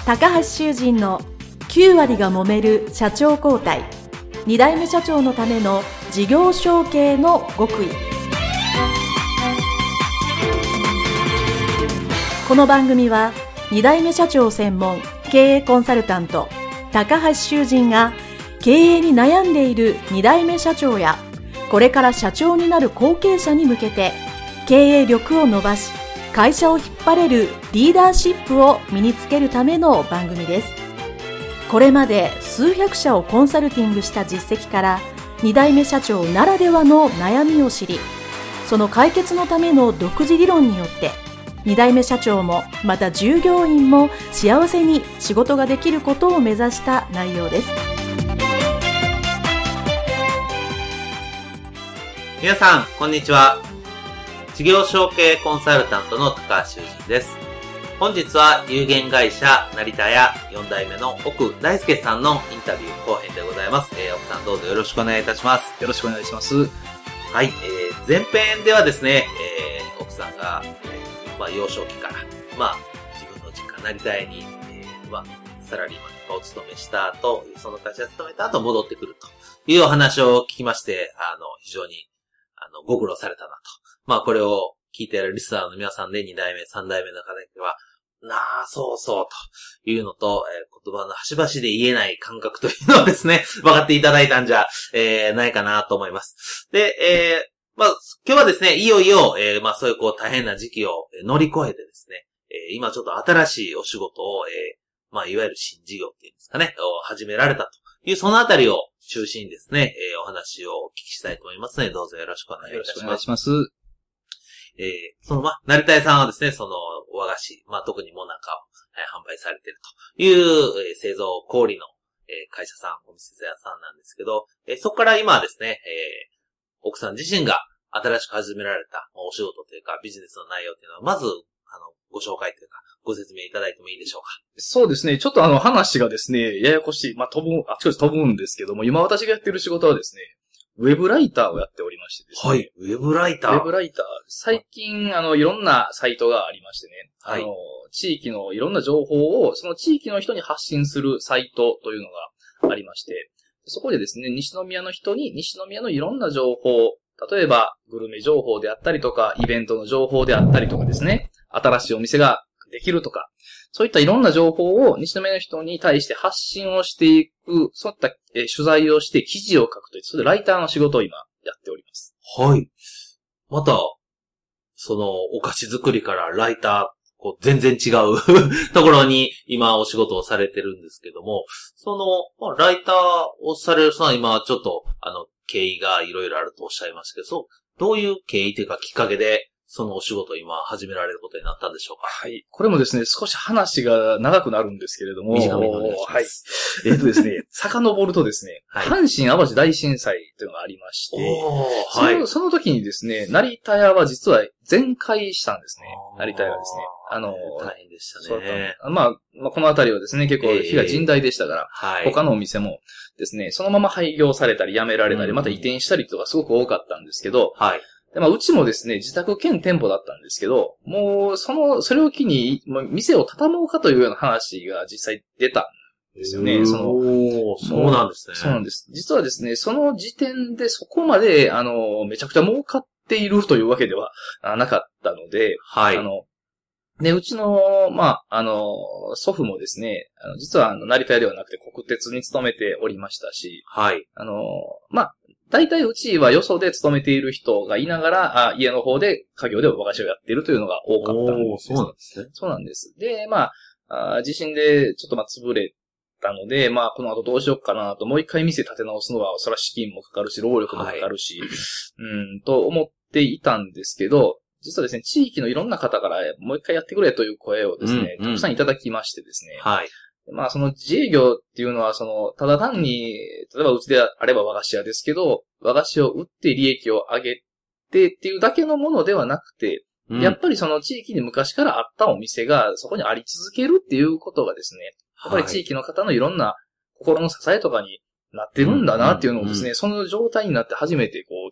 高橋修人の9割が揉める社長交代、2代目社長のための事業承継の極意。この番組は2代目社長専門経営コンサルタント高橋修人が経営に悩んでいる2代目社長やこれから社長になる後継者に向けて経営力を伸ばし会社を引っ張れるリーダーシップを身につけるための番組です。これまで数百社をコンサルティングした実績から2代目社長ならではの悩みを知り、その解決のための独自理論によって2代目社長もまた従業員も幸せに仕事ができることを目指した内容です。 皆さんこんにちは。事業承継コンサルタントの高橋修人です。本日は有限会社成田屋4代目の奥大輔さんのインタビュー後編でございます。奥さんどうぞよろしくお願いいたします。 よろしくお願いします。 はい、前編ではですね、奥さんが、幼少期から、自分の実家成田屋に、サラリーマンとかお勤めした後、その会社に勤めた後戻ってくるというお話を聞きまして、非常に、ご苦労されたなと。これを聞いているリスナーの皆さんで2代目、3代目の方では、そうそうというのと、言葉の端々で言えない感覚というのをですね、分かっていただいたんじゃ、ないかなと思います。で、今日はですね、いよいよ、そういう大変な時期を乗り越えてですね、今ちょっと新しいお仕事を、いわゆる新事業っていうんですかね、を始められたという、そのあたりを中心にですね、お話をお聞きしたいと思いますので、どうぞよろしくお願いいたします。 よろしくお願いします。 成田屋さんはですね、その和菓子、特にもなかを、販売されているという、製造小売の、会社さん、お店屋さんなんですけど、そこから今はですね、奥さん自身が新しく始められたお仕事というかビジネスの内容というのは、まず、ご紹介というか、ご説明いただいてもいいでしょうか。 そうですね。ちょっと話がですね、ややこしい。あちこち飛ぶんですけども、今私がやっている仕事はですね、ウェブライターをやっておりましてですね。 はい。ウェブライター。 ウェブライター。最近、いろんなサイトがありましてね。 はい。 地域のいろんな情報を、その地域の人に発信するサイトというのがありまして、そこでですね、西宮の人に西宮のいろんな情報、例えば、グルメ情報であったりとか、イベントの情報であったりとかですね、新しいお店ができるとか、そういったいろんな情報を西宮の人に対して発信をしていく、そういった、取材をして記事を書くという、それでライターの仕事を今やっております。 はい。また、お菓子作りからライター、全然違うところに今お仕事をされてるんですけども、ライターをされるのは今ちょっと、経緯がいろいろあるとおっしゃいましたけど、どういう経緯というかきっかけで、そのお仕事を今始められることになったんでしょうか。 はい。これもですね、少し話が長くなるんですけれども。 短めにお願いします。 はい。ですね、遡るとですね、はい、阪神淡路大震災というのがありまして、はい、その時にですね、成田屋は実は全壊したんですね。成田屋がですね。 大変でしたね。 このあたりはですね、結構被害甚大でしたから、他のお店もですね、そのまま廃業されたり辞められたり、また移転したりとかすごく多かったんですけど、はい。でうちもですね、自宅兼店舗だったんですけど、もう、それを機に、店を畳もうかというような話が実際出たんですよね。 そうなんですね。 そうなんです。実はですね、その時点でそこまで、めちゃくちゃ儲かっているというわけではなかったので、はい。で、うちの、祖父もですね、実は成田屋ではなくて国鉄に勤めておりましたし、はい。大体うちはよそで勤めている人がいながら、家の方で家業で和菓子をやっているというのが多かったんです。 そうなんですね。 そうなんです。で、地震でちょっと潰れたので、この後どうしようかなと、もう一回店立て直すのは、それは資金もかかるし、労力もかかるし、と思っていたんですけど、実はですね、地域のいろんな方からもう一回やってくれという声をですね、たくさんいただきましてですね。はい。その自営業っていうのは、ただ単に、例えばうちであれば和菓子屋ですけど、和菓子を売って利益を上げてっていうだけのものではなくて、やっぱりその地域に昔からあったお店がそこにあり続けるっていうことがですね、やっぱり地域の方のいろんな心の支えとかになってるんだなっていうのをですね、その状態になって初めて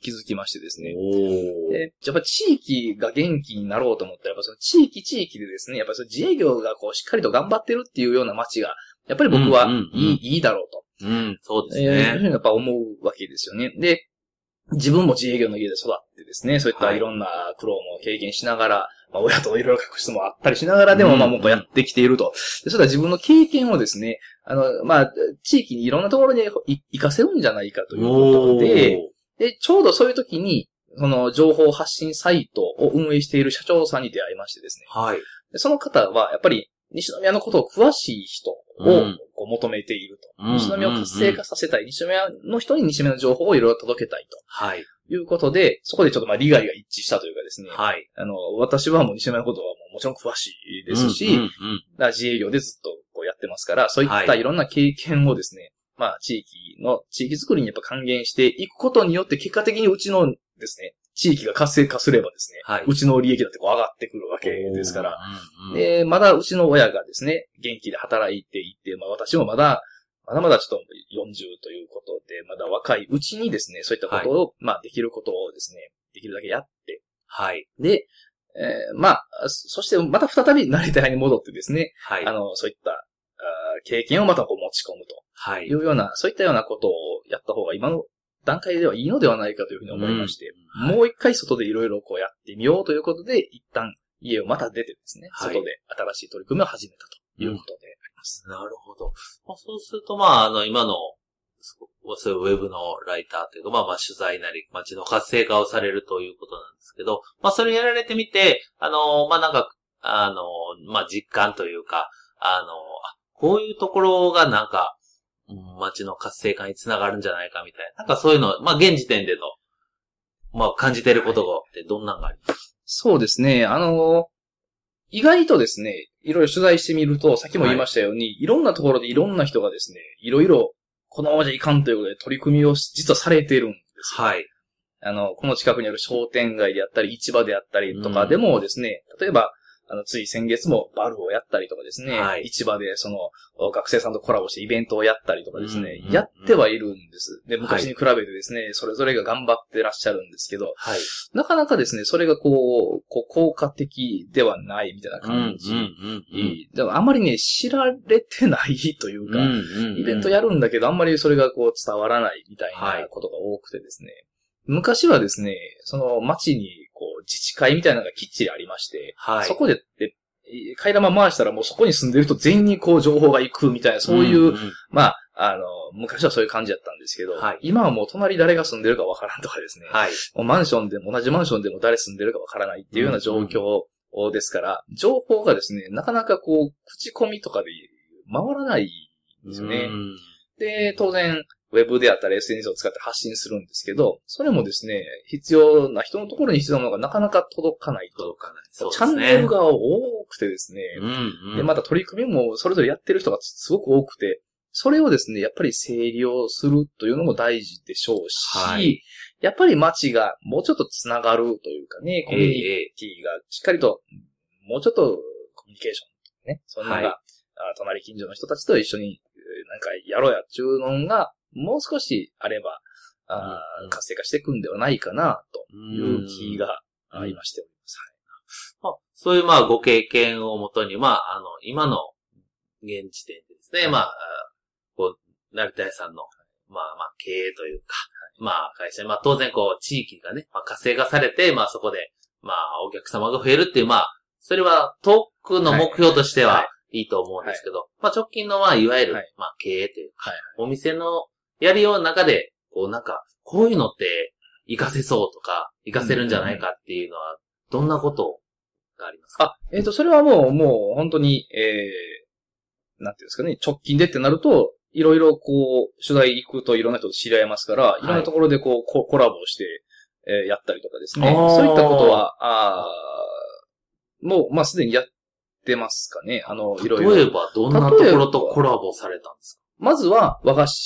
気づきましてですね。 おで、やっぱり地域が元気になろうと思ったら、やっぱその地域でですね、やっぱりその自営業がこうしっかりと頑張ってるっていうような街が、やっぱり僕はいいだろうと。 そうですね。 いうふうにやっぱ思うわけですよね。で、自分も自営業の家で育ってですね、そういったいろんな苦労も経験しながら、まあ親といろいろ隠しもあったりしながらでもまあもうこうやってきていると。で、それは自分の経験をですね、まあ、地域にいろんなところに活かせるんじゃないかということで、で、ちょうどそういう時に、その情報発信サイトを運営している社長さんに出会いましてですね。 はい。 でその方は、やっぱり、西宮のことを詳しい人をこう求めていると。西宮を活性化させたい。西宮の人に西宮の情報をいろいろ届けたいと。 はい。 いうことで、そこでちょっとまあ利害が一致したというかですね。 はい。 私はもう西宮のことはもちろん詳しいですし、だから自営業でずっとこうやってますから、そういったいろんな経験をですね、まあ地域づくりにやっぱ還元していくことによって結果的にうちのですね、地域が活性化すればですね、うちの利益だってこう上がってくるわけですから、で、まだうちの親がですね、元気で働いていて、まあ私もまだちょっと40ということで、まだ若いうちにですね、そういったことを、まあできることをですね、できるだけやって、 はい。 で、まあ、そしてまた再び成田屋に戻ってですね、 はい。 そういった経験をまたこう持ち込むと。はい。いうような、そういったようなことをやった方が今の段階ではいいのではないかというふうに思いまして、もう一回外でいろいろこうやってみようということで、一旦家をまた出てですね、外で新しい取り組みを始めたということであります。 なるほど。まあ、そうすると、まあ、今の、そういうウェブのライターというか、まあ、取材なり、街の活性化をされるということなんですけど、まあ、それやられてみて、まあ、なんか、まあ、実感というか、こういうところがなんか、街の活性化につながるんじゃないかみたいな。なんかそういうの、まあ、現時点での、まあ、感じていることがってどんなのがありますか？ そうですね。意外とですね、いろいろ取材してみると、さっきも言いましたように、いろんなところでいろんな人がですね、いろいろ、このままじゃいかんということで取り組みを実はされているんですよ。はい。この近くにある商店街であったり、市場であったりとかでもですね、例えば、つい先月もバルをやったりとかですね、はい、市場で学生さんとコラボしてイベントをやってとかですね、やってはいるんです。で、昔に比べてですね、それぞれが頑張ってらっしゃるんですけど、はい、なかなかですね、それが効果的ではないみたいな感じ。でもあんまりね、知られてないというか、イベントやるんだけど、あんまりそれが伝わらないみたいなことが多くてですね、昔はですね、街に自治会みたいなのがきっちりありまして、はい、そこで、替え玉回したらもうそこに住んでる人全員に情報が行くみたいな、そういう、まあ、昔はそういう感じだったんですけど、はい、今はもう隣誰が住んでるかわからんとかですね、はい、もうマンションでも同じマンションでも誰住んでるかわからないっていうような状況ですから、情報がですね、なかなか口コミとかで回らないんですよね。で、当然、ウェブであったり SNS を使って発信するんですけど、それもですね、必要な人のところに必要なのがなかなか届かないと。チャンネルが多くてですね、で、また取り組みもそれぞれやってる人がすごく多くて、それをですね、やっぱり整理をするというのも大事でしょうし、はい、やっぱり街がもうちょっとつながるというかね、コミュニティがしっかりと、もうちょっとコミュニケーションね、そんなのが、はい、隣近所の人たちと一緒になんかやろうやっちゅうのが、もう少しあれば、活性化していくんではないかな、という気が今しております。 はい、そういうご経験をもとに、今の現時点でですね、成田屋さんの、経営というか、会社、当然地域がね、活性化されて、そこで、お客様が増えるっていう、それは遠くの目標としてはいいと思うんですけど、直近のいわゆる、経営というか、お店のやりようの中で、こういうのって活かせそうとか、活かせるんじゃないかっていうのは、どんなことがありますか？ それはもう本当に、なんていうんですかね、直近でってなると、いろいろ取材行くといろんな人と知り合いますから、いろんなところでコラボして、やったりとかですね。そういったことは、もう、すでにやってますかね。いろいろ。 例えば、どんなところとコラボされたんですか？ まずは、和菓子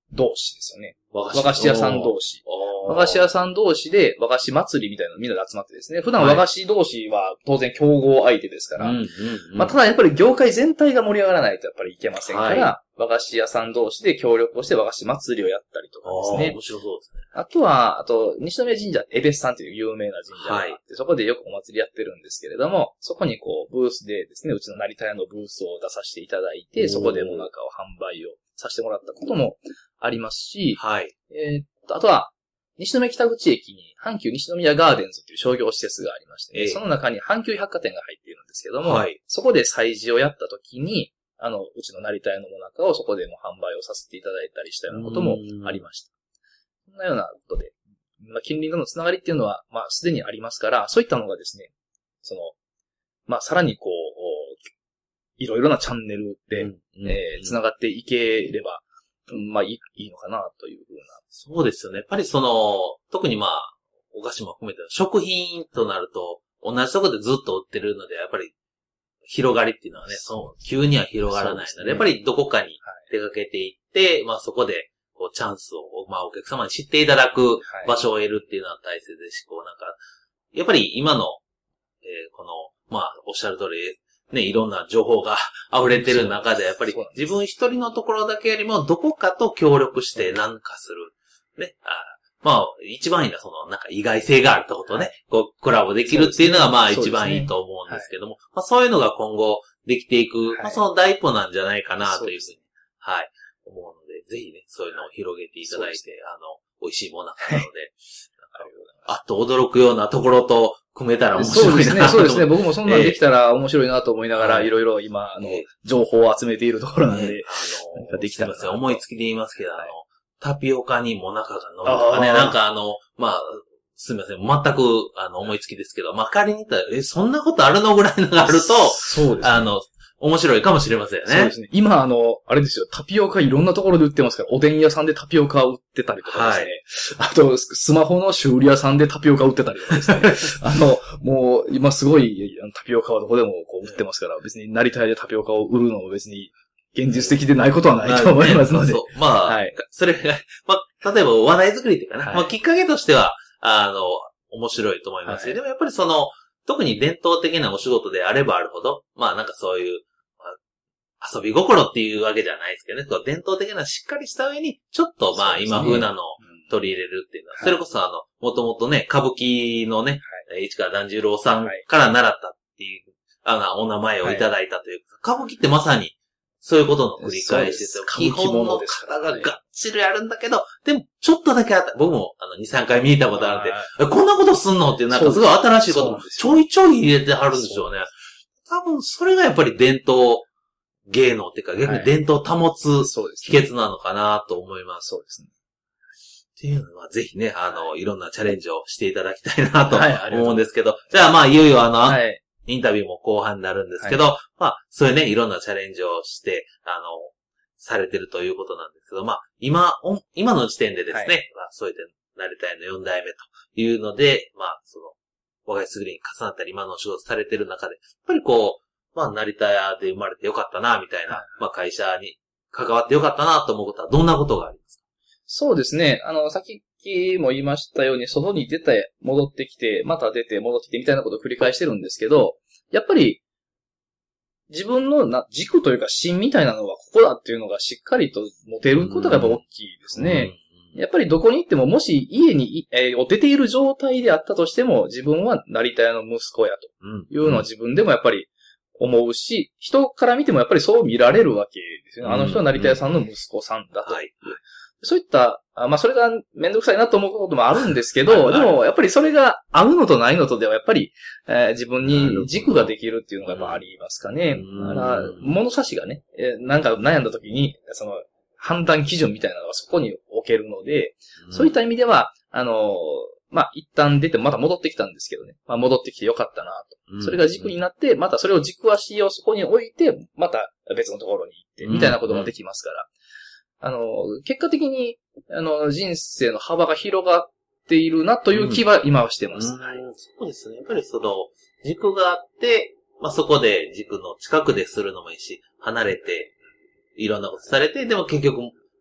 同士ですよね。 和和菓子屋さん同士。和菓子屋さん同士で和菓子祭りみたいなのみんなで集まってですね。普段和菓子同士は当然競合相手ですから。まあ、ただやっぱり業界全体が盛り上がらないとやっぱりいけませんから、和菓子屋さん同士で協力をして和菓子祭りをやったりとかですね。 面白そうですね。 あと、西宮神社、エベスさんという有名な神社があって、そこでよくお祭りやってるんですけれども、そこにこう、ブースでですね、うちの成田屋のブースを出させていただいて、そこでもなかを販売をさせてもらったこともありますし、あとは、西宮北口駅に阪急西宮ガーデンズという商業施設がありまして、その中に阪急百貨店が入っているんですけども、そこで催事をやった時に、うちの成田屋のもなかをそこでも販売をさせていただいたりしたようなこともありました。そんなようなことで、まあ、近隣とのつながりっていうのは、まあ、すでにありますから、そういったのがですね、まあ、さらにこう、いろいろなチャンネルで、つながっていければ、まあ、いいのかな、というふうな。 そうですよね。やっぱり特にまあ、お菓子も含めて、食品となると、同じところでずっと売ってるので、やっぱり、広がりっていうのはね、急には広がらないので、やっぱりどこかに出かけていって、まあそこで、こう、チャンスを、まあお客様に知っていただく場所を得るっていうのは大切ですし、こうなんか、やっぱり今の、この、まあおっしゃる通り、ね、いろんな情報が溢れてる中で、やっぱり自分一人のところだけよりも、どこかと協力して何かする。ね。まあ、一番いいのはなんか意外性があるってことをね、こう、コラボできるっていうのがまあ一番いいと思うんですけども、まあそういうのが今後できていく、まあその第一歩なんじゃないかなというふうに、思うので、ぜひね、そういうのを広げていただいて、美味しいものなので、あっと驚くようなところと組めたら面白いなと。 そうですね。僕もそんなんできたら面白いなと思いながら、いろいろ今、情報を集めているところなんで、できたら。 すいません、思いつきで言いますけど、タピオカにもなかが乗るとかね、なんかまあ、すみません、全く、思いつきですけど、まあ、仮に言ったら、そんなことあるのぐらいのがあると、 そうですね。 面白いかもしれませんね。 そうですね。今、あれですよ、タピオカいろんなところで売ってますから、おでん屋さんでタピオカを売ってたりとかですね。あと、スマホの修理屋さんでタピオカ売ってたりとかですね。もう、今すごい、タピオカはどこでもこう売ってますから、別に成田屋でタピオカを売るのも別に、現実的でないことはないと思いますので。 まあ、それが、まあ、例えば話題作りっていうかな。まあ、きっかけとしては、面白いと思いますし、でもやっぱり特に伝統的なお仕事であればあるほど、まあなんかそういう、遊び心っていうわけじゃないですけどね、伝統的なしっかりした上に、ちょっとまあ今風なのを取り入れるっていうのは、それこそもともとね、歌舞伎のね、市川團十郎さんから習ったっていう、お名前をいただいたという、歌舞伎ってまさに、そういうことの繰り返しですよ。基本の方ががっちりあるんだけど、でも、ちょっとだけ僕も2、3回見たことあるんで、こんなことすんのっていう、なんかすごい新しいこともちょいちょい入れてはるんですよね。多分、それがやっぱり伝統芸能っていうか、逆に伝統を保つ秘訣なのかなと思います。 そうですね。 っていうのは、ぜひね、いろんなチャレンジをしていただきたいなと思うんですけど、じゃあまあ、いよいよインタビューも後半になるんですけど、まあ、そういうね、いろんなチャレンジをして、されてるということなんですけど、まあ、今の時点でですね、まあ、そういった成田屋の4代目というので、まあ、若いすぐりに重なったり、今のお仕事されてる中で、やっぱりこう、まあ、成田屋で生まれてよかったな、みたいな、まあ、会社に関わってよかったな、と思うことは、どんなことがありますか？ そうですね。さっきも言いましたように、外に出て、戻ってきて、また出て、戻ってきてみたいなことを繰り返してるんですけど、やっぱり、自分の軸というか芯みたいなのはここだっていうのがしっかりと持てることがやっぱ大きいですね。やっぱりどこに行っても、もし家にを出ている状態であったとしても、自分は成田屋の息子やというのは自分でもやっぱり思うし、人から見てもやっぱりそう見られるわけですよね。あの人は成田屋さんの息子さんだと。そういった、まあそれがめんどくさいなと思うこともあるんですけど、でもやっぱりそれが合うのとないのとではやっぱり、自分に軸ができるっていうのがやっぱありますかね。だから物差しがね、なんか悩んだ時に、判断基準みたいなのがそこに置けるので、そういった意味では、まあ一旦出てまた戻ってきたんですけどね。まあ戻ってきてよかったなと。それが軸になって、またそれを軸足をそこに置いて、また別のところに行って、みたいなことができますから。結果的に、人生の幅が広がっているなという気は今はしてます。 そうですね。やっぱり軸があって、まあ、そこで軸の近くでするのもいいし、離れて、いろんなことされて、でも結局、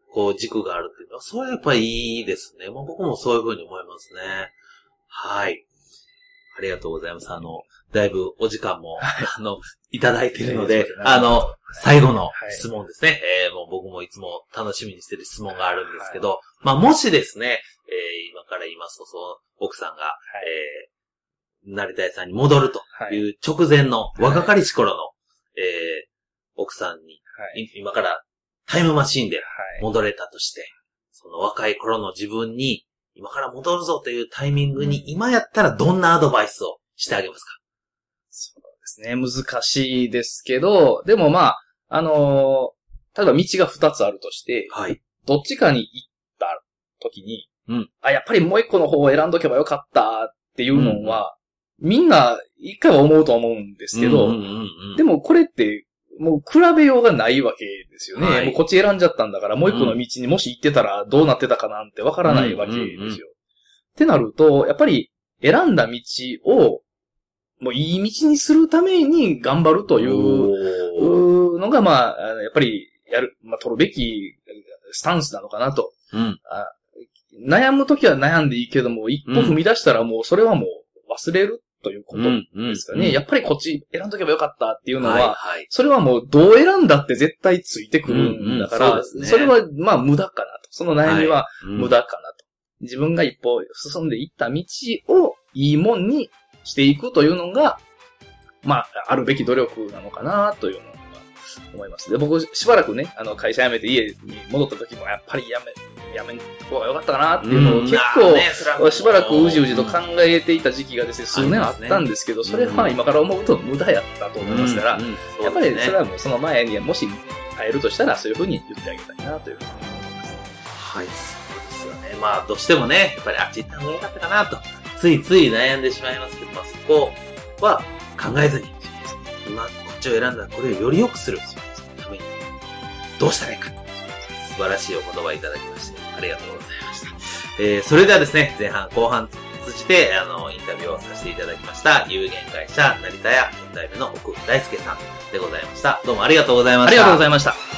こう軸があるっていうのは、それはやっぱりいいですね。まあ僕もそういうふうに思いますね。はい。ありがとうございます。だいぶお時間も、いただいているので、最後の質問ですね。もう僕もいつも楽しみにしてる質問があるんですけど、まあもしですね、今から言いますと、奥さんが、成田屋さんに戻るという直前の若かりし頃の、奥さんに、今からタイムマシーンで戻れたとして、その若い頃の自分に、今から戻るぞというタイミングに、今やったらどんなアドバイスをしてあげますか？ そうですね。難しいですけど、でもまあ、例えば道が2つあるとして、どっちかに行った時に、やっぱりもう一個の方を選んどけばよかったっていうのは、みんな一回は思うと思うんですけど、でもこれって、もう比べようがないわけですよね。もうこっち選んじゃったんだから、もう一個の道にもし行ってたらどうなってたかなんてわからないわけですよ。ってなると、やっぱり選んだ道を、もういい道にするために頑張るというのが、まあ、やっぱり取るべきスタンスなのかなと。悩むときは悩んでいいけども、一歩踏み出したらもうそれはもう忘れるということですかね。やっぱりこっち選んどけばよかったっていうのは、それはもうどう選んだって絶対ついてくるんだから、それはまあ無駄かなと。その悩みは無駄かなと。自分が一歩進んでいった道をいいもんにしていくというのが、まあ、あるべき努力なのかなというのが思います。で、僕しばらくね、会社辞めて家に戻った時もやっぱりやめん方が良かったかなっていうのを結構しばらくうじうじと考えていた時期がですね、数年あったんですけど、それは今から思うと無駄やったと思いますから、やっぱりそれはもうその前にもし会えるとしたらそういう風に言ってあげたいなというふうに思います。 はい、そうですよね。まあどうしてもね、やっぱりあっち行った方が良かったかなと、ついつい悩んでしまいますけど、まあそこは考えずに、今こっちを選んだらこれをより良くするためにどうしたらいいか。素晴らしいお言葉いただきまして、ありがとうございました。それではですね、前半後半通じて、インタビューをさせていただきました、有限会社成田屋4代目の奥大輔さんでございました。どうもありがとうございました。 ありがとうございました。